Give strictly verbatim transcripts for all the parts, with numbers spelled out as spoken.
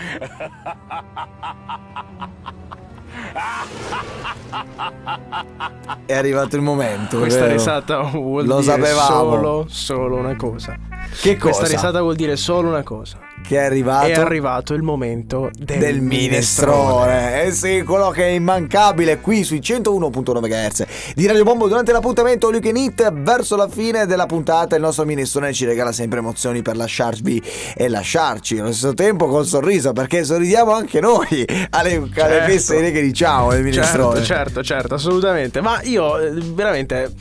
È arrivato il momento. Questa vero? risata vuol Lo dire sapevamo. solo, solo una cosa. Che cosa? Questa risata vuol dire solo una cosa. Che è arrivato È arrivato il momento del, del minestrone. Eh sì, quello che è immancabile qui sui centouno virgola nove megahertz di Radio Bombo. Durante l'appuntamento All You Can Eat, verso la fine della puntata il nostro minestrone ci regala sempre emozioni per lasciarvi e lasciarci allo stesso tempo col sorriso, perché sorridiamo anche noi alle, alle Certo. fesserie che diciamo del minestrone. Certo, certo, certo, assolutamente. Ma io eh, veramente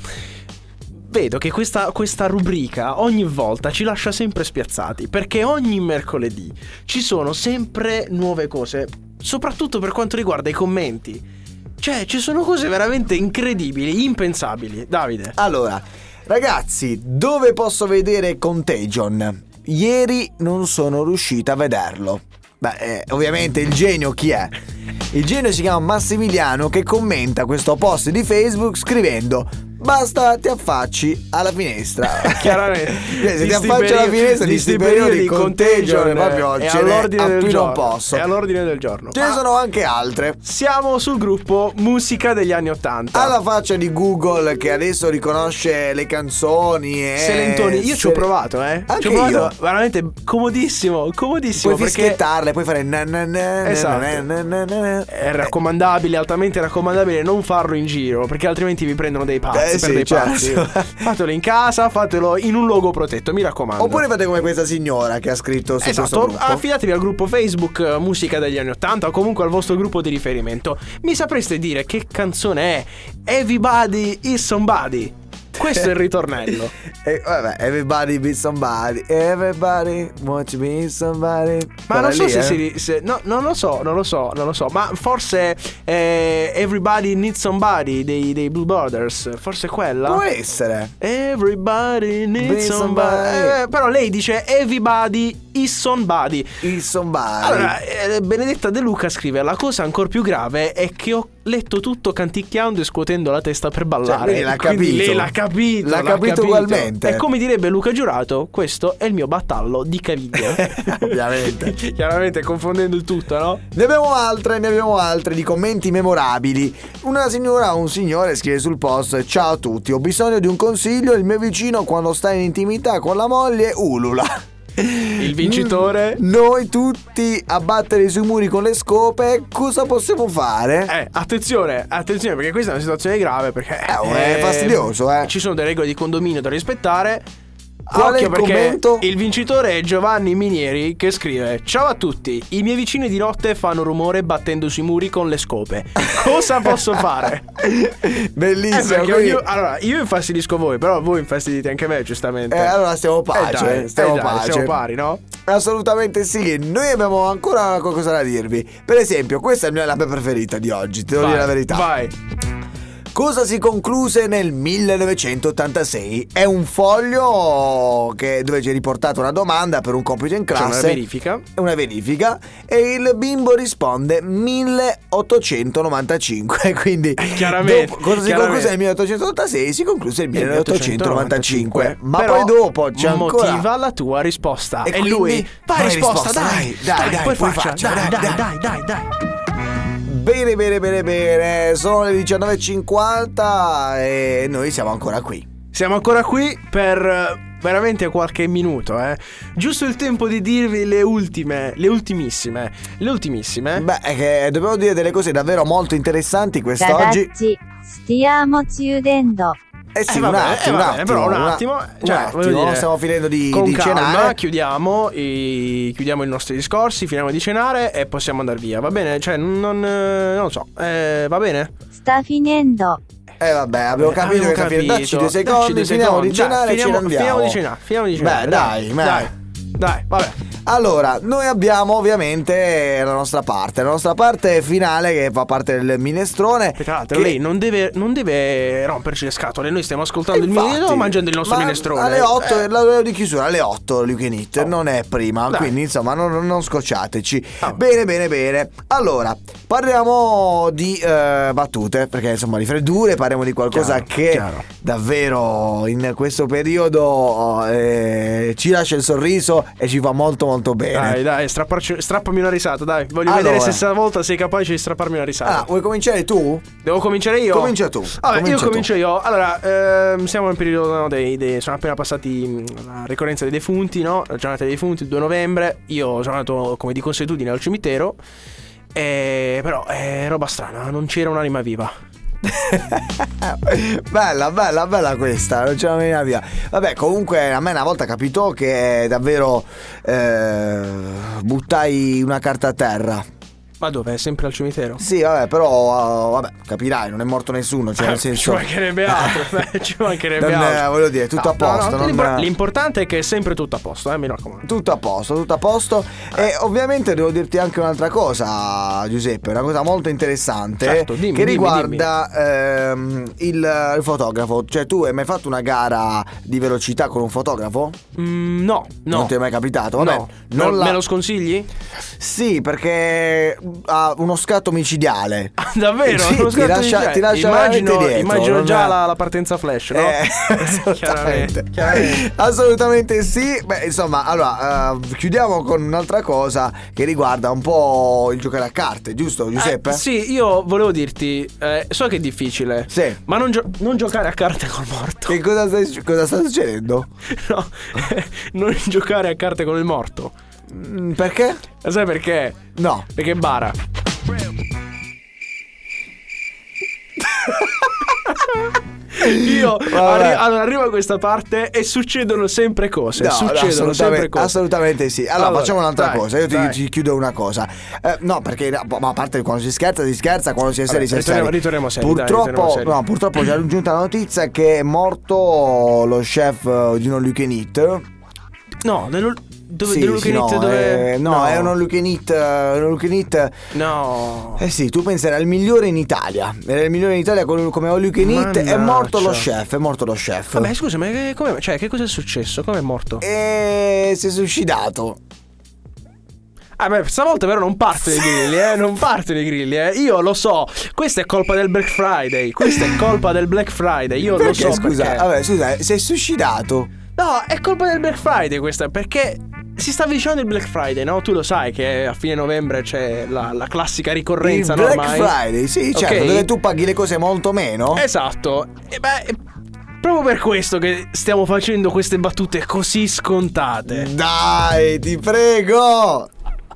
vedo che questa, questa rubrica ogni volta ci lascia sempre spiazzati, perché ogni mercoledì ci sono sempre nuove cose, soprattutto per quanto riguarda i commenti. Cioè, ci sono cose veramente incredibili, impensabili. Davide. Allora, ragazzi, dove posso vedere Contagion? Ieri non sono riuscita a vederlo. Beh, eh, ovviamente il genio chi è? Il genio si chiama Massimiliano, che commenta questo post di Facebook scrivendo: basta, ti affacci alla finestra. Chiaramente. Se Di ti sti affacci alla periodi- finestra di di sti sti periodi periodi Contagion Contagion, proprio è ce n'è all'ordine a del più non giorno. posso. È all'ordine del giorno. Ce ne Ma sono anche altre. siamo sul gruppo Musica degli anni Ottanta. Alla faccia di Google che adesso riconosce le canzoni e Selentoni, io ci ho se- provato, eh. Anche ci ho provato, io. veramente comodissimo, comodissimo. Puoi perché fischiettarle, puoi fare na na na Esatto. na na na na na. è raccomandabile, altamente raccomandabile non farlo in giro, perché altrimenti vi prendono dei pazzi. Eh per sì, dei certo. pazzi. Fatelo in casa, fatelo in un luogo protetto, mi raccomando. Oppure fate come questa signora che ha scritto su questo Esatto, gruppo. affidatevi al gruppo Facebook eh, Musica degli anni Ottanta o comunque al vostro gruppo di riferimento. Mi sapreste dire che canzone è Everybody is Somebody? Questo è il ritornello. E vabbè, everybody be somebody, everybody want to be somebody. Ma Quella non so lì, se eh? si se, no, non lo so, non lo so, non lo so. Ma forse eh, Everybody Needs Somebody dei, dei Blue Brothers. Forse quella? Può essere. Everybody needs Be somebody. somebody. Eh, però lei dice Everybody is somebody. Il somebody. Allora, eh, Benedetta De Luca scrive: la cosa ancora più grave è che ho letto tutto canticchiando e scuotendo la testa per ballare. Cioè, quindi l'ha Quindi capito. lei l'ha capito. L'ha capito ugualmente. E come direbbe Luca Giurato, questo è il mio battallo di caviglia. Ovviamente. Chiaramente confondendo il tutto, no? Ne abbiamo altre, ne abbiamo altre di commenti memorabili. Una signora o un signore scrive sul post: ciao a tutti, ho bisogno di un consiglio, il mio vicino quando sta in intimità con la moglie ulula. Il vincitore. Noi tutti a battere sui muri con le scope, cosa possiamo fare? Eh, attenzione, attenzione, perché questa è una situazione grave. Perché Eh, è fastidioso, eh. ci sono delle regole di condominio da rispettare. Qual è Occhio, il perché commento? il vincitore è Giovanni Minieri, che scrive: ciao a tutti, i miei vicini di notte fanno rumore battendo sui muri con le scope. Cosa posso fare? Eh, Bellissimo. perché quindi- io, allora, io infastidisco voi, però voi infastidite anche me, giustamente. Eh, allora stiamo Eh, pace, dai, stiamo eh, dai, pace. siamo pari, no? Assolutamente sì. Noi abbiamo ancora qualcosa da dirvi. Per esempio, questa è la mia preferita di oggi, ti devo Vai, dire la verità. Vai. Cosa si concluse nel millenovecentottantasei? È un foglio che, dove c'è riportata una domanda per un compito in C'è classe. una verifica. Una verifica. E il bimbo risponde milleottocentonovantacinque. Quindi chiaramente, dopo- cosa si chiaramente. concluse nel milleottocentottantasei? Si concluse nel milleottocentonovantacinque. Ma Però poi dopo c'è ancora. motiva la tua risposta. E E, quindi, lui vai vai risposta, risposta, dai, dai, dai, dai, poi puoi faccia, faccia, dai, dai, dai, dai. dai, dai, dai. Bene, bene, bene, bene. Sono le diciannove e cinquanta e noi siamo ancora qui. Siamo ancora qui per eh, veramente qualche minuto, eh. Giusto il tempo di dirvi le ultime, le ultimissime, le ultimissime. Beh, è che dobbiamo dire delle cose davvero molto interessanti quest'oggi. ガスティア持ちuden度 Eh sì, Eh, un vabbè, attimo, eh, un vabbè, attimo. però un una- attimo, un cioè, attimo, voglio dire, stiamo finendo di, con di calma, cenare. chiudiamo i, chiudiamo i nostri discorsi, finiamo di cenare e possiamo andare via, va bene? Cioè, non, eh, non lo so, eh, va bene? スタフィ年度 Eh vabbè, abbiamo capito Abbiamo che capito. Dacci due Dacci secondi, due finiamo di secondi. Dai, cenare e ce ne finiamo, andiamo. finiamo di cenare, finiamo di cenare. Beh, dai, ma- dai, dai, vabbè. Allora, noi abbiamo ovviamente la nostra parte, la nostra parte finale che fa parte del minestrone. Tra l'altro, che- lei non deve, non deve romperci le scatole. Noi stiamo ascoltando il Infatti, minestrone o mangiando il nostro ma minestrone. alle otto, Eh, l'orario di chiusura alle otto, You Can Eat, Oh. non è prima, Dai. quindi insomma non, non scocciateci. Oh. Bene, bene, bene. Allora, parliamo di eh, battute, perché insomma di freddure, parliamo di qualcosa Chiaro, che chiaro. davvero in questo periodo eh, ci lascia il sorriso e ci fa molto molto bene. Dai, dai, strapparci, strappami una risata, dai. Voglio Allora. vedere se stavolta sei capace di strapparmi una risata. Ah, vuoi cominciare tu? Devo cominciare io? Comincia tu. Vabbè, Comincia io tu. comincio io. Allora, ehm, siamo nel periodo no, dei, dei. Sono appena passati mh, la ricorrenza dei defunti, no? La giornata dei defunti, il due novembre. Io sono andato come di consuetudine al cimitero. E però è roba strana, non c'era un'anima viva. Bella, bella, bella questa, non ce la veniva via. Vabbè, comunque a me una volta capitò che davvero eh, buttai una carta a terra. Ma dove? È sempre al cimitero? Sì, vabbè, però uh, vabbè, capirai, non è morto nessuno, cioè Eh, nel senso ci mancherebbe altro, beh, ci mancherebbe non, altro. eh, voglio dire, tutto No, a posto, no, no, non- l'impo- L'importante è che è sempre tutto a posto, eh, mi raccomando. tutto a posto, tutto a posto. E ovviamente devo dirti anche un'altra cosa, Giuseppe, una cosa molto interessante, Certo, dimmi, che dimmi, riguarda ehm, il, il fotografo. Cioè, tu hai mai fatto una gara di velocità con un fotografo? Mm, no, no. Non ti è mai capitato? Vabbè, No. non me, la- me lo sconsigli? Sì, perché ha uno scatto micidiale. Ah, davvero? Sì, Uno ti scatto lascia- di- ti lascia immagino, veramente dietro, immagino non già è- la, la partenza flash, no? Eh, assolutamente. Chiaramente, chiaramente. Assolutamente sì. Beh, insomma, allora eh, chiudiamo con un'altra cosa che riguarda un po' il giocare a carte, giusto, Giuseppe? Eh, sì, io volevo dirti, eh, so che è difficile, Sì. ma non, gio- non giocare a carte col morto. Che cosa, stai- cosa sta succedendo? No, non giocare a carte con il morto. Mm, Perché? Sai perché? No. Perché bara. Io Vabbè. arri- allora arrivo a questa parte e succedono sempre cose. No, no, succedono sempre assolutamente, cose. assolutamente sì. Allora, Allora, facciamo un'altra dai, cosa. Io ti, dai. ti chiudo una cosa. Eh, no, perché ma a parte quando si scherza, si scherza, quando si è seri, si è ritorniamo- seri. ritorniamo seri, dai, Purtroppo, ritorniamo seri. no, purtroppo ci è giunta la notizia che è morto lo chef eh, di un Luke and Eat. No, dello, dove, Sì, dello sì, Luke and Eat no, dove... eh, no, è uno Luke and Eat, eh, uno Luke and Eat. No. Eh sì, tu pensi era il migliore in Italia. Era il migliore in Italia con- come All You Can Eat. È morto lo Mannaggia. chef, è morto lo chef. Vabbè, scusa, ma che, come, cioè, che cosa è successo? Come è morto? E si è suicidato. Ah, beh, stavolta però non partono i grilli, eh. Non partono i grilli, eh. Io lo so. Questa è colpa del Black Friday. Questa è colpa del Black Friday. Io lo Perché, so. scusa, perché. vabbè, scusa, si è suicidato. No, è colpa del Black Friday questa. Perché si sta avvicinando il Black Friday, no? Tu lo sai che a fine novembre c'è la, la classica ricorrenza, Il no, Black ormai? Friday, sì, certo, Ok. dove tu paghi le cose molto meno. Esatto. E beh, è proprio per questo che stiamo facendo queste battute così scontate. Dai, ti prego.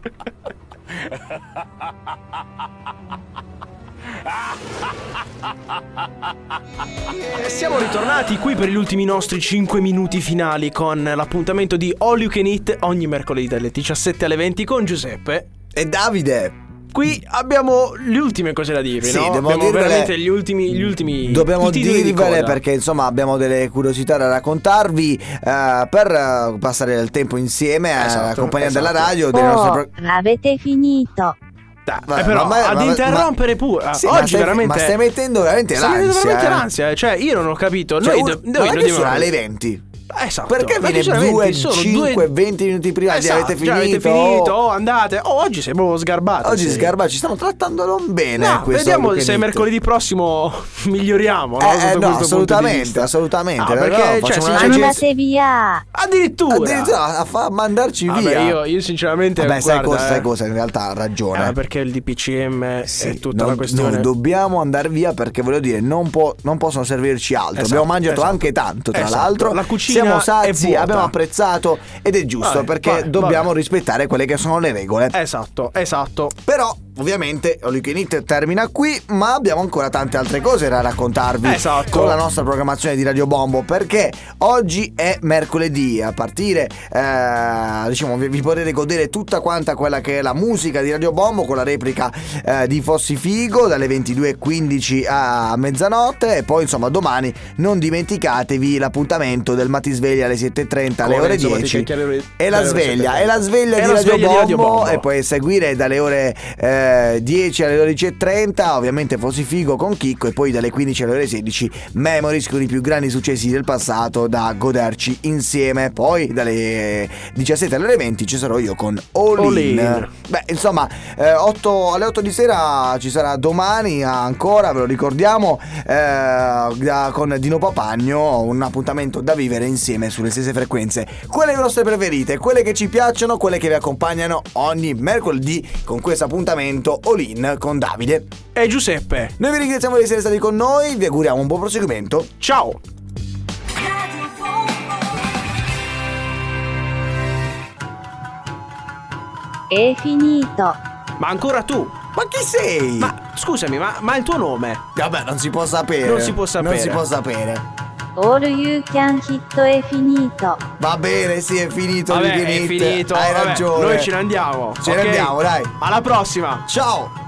E siamo ritornati qui per gli ultimi nostri cinque minuti finali con l'appuntamento di All You Can Eat ogni mercoledì dalle diciassette alle venti con Giuseppe. E Davide, Qui abbiamo le ultime cose da dirvi, Sì, no? devo Abbiamo dirvele- veramente gli ultimi, gli ultimi dobbiamo i titoli di dirvele coda. perché insomma abbiamo delle curiosità da raccontarvi eh, per eh, passare del tempo insieme alla Esatto, compagnia esatto. della radio, delle nostre Oh, pro- avete finito. Dai, Vabbè, eh, però ma- ma- ad ma- interrompere pure. Sì, ma Oggi stai- veramente ma stai mettendo veramente stai mettendo l'ansia, veramente eh. l'ansia, cioè io non ho capito. Cioè, noi uno- do- noi guarda lo che dobbiamo- sono alle venti. Esatto. Perché Ma viene ci sono due, venti, sono cinque, due- venti minuti prima di Esatto, avete già finito? avete finito, oh, andate. Oh, oggi sei proprio sgarbato. Oggi sei. sgarba, ci stanno trattando non bene. No, questo vediamo All You se Can Eat. mercoledì prossimo miglioriamo, no? Eh, eh, sotto no, questo punto di assolutamente, vista. assolutamente. Ah, perché, No, cioè, facciamo una sinceramente- recensione- Andate via. Addirittura. Addirittura a fa- mandarci Vabbè, via. io, io sinceramente Vabbè, sai guarda, cosa, sai eh. cosa? In realtà ha ragione. Eh, perché il D P C M Sì, è tutta non, la questione. non dobbiamo andare via perché voglio dire non, può, non possono servirci altro. Esatto, abbiamo mangiato esatto. anche tanto tra Esatto. l'altro. La cucina siamo è sazi, vuota. abbiamo apprezzato ed è giusto Vabbè, perché vabbè, dobbiamo vabbè. rispettare quelle che sono le regole. Esatto, esatto. Però ovviamente All You Can Eat termina qui, ma abbiamo ancora tante altre cose da raccontarvi Esatto. con la nostra programmazione di Radio Bombo, perché oggi è mercoledì, a partire eh, diciamo vi, vi potete godere tutta quanta quella che è la musica di Radio Bombo con la replica eh, di Fossi Figo dalle ventidue e quindici a mezzanotte, e poi insomma domani non dimenticatevi l'appuntamento del Matisveglia alle sette e trenta alle Con ore Enzo dieci Maticecchi alle ore- e la alle ore sveglia sette e trenta. e la sveglia E di la Radio sveglia di Radio Bombo, Bombo. e poi seguire dalle ore eh, eh, dieci alle dodici e trenta ovviamente Fossi Figo con Chicco, e poi dalle quindici alle ore sedici Memories con i più grandi successi del passato da goderci insieme. Poi dalle diciassette alle ore venti ci sarò io con All, All In. In. Beh, insomma, eh, otto, alle otto di sera ci sarà domani ancora, ve lo ricordiamo, eh, da, con Dino Papagno, un appuntamento da vivere insieme sulle stesse frequenze, quelle nostre preferite, quelle che ci piacciono, quelle che vi accompagnano ogni mercoledì con questo appuntamento All In con Davide E Giuseppe. Noi vi ringraziamo di essere stati con noi, vi auguriamo un buon proseguimento. Ciao. È finito. Ma ancora tu? Ma chi sei? Ma scusami, ma, ma il tuo nome? Vabbè, non si può sapere. Non si può sapere. Non si può sapere. All You Can Hit è finito. Va bene, sì, è finito. Vabbè, You Can è Hit. finito. Hai Vabbè, ragione. noi ce ne andiamo. Ce ne ok? andiamo, dai. Alla prossima. Ciao.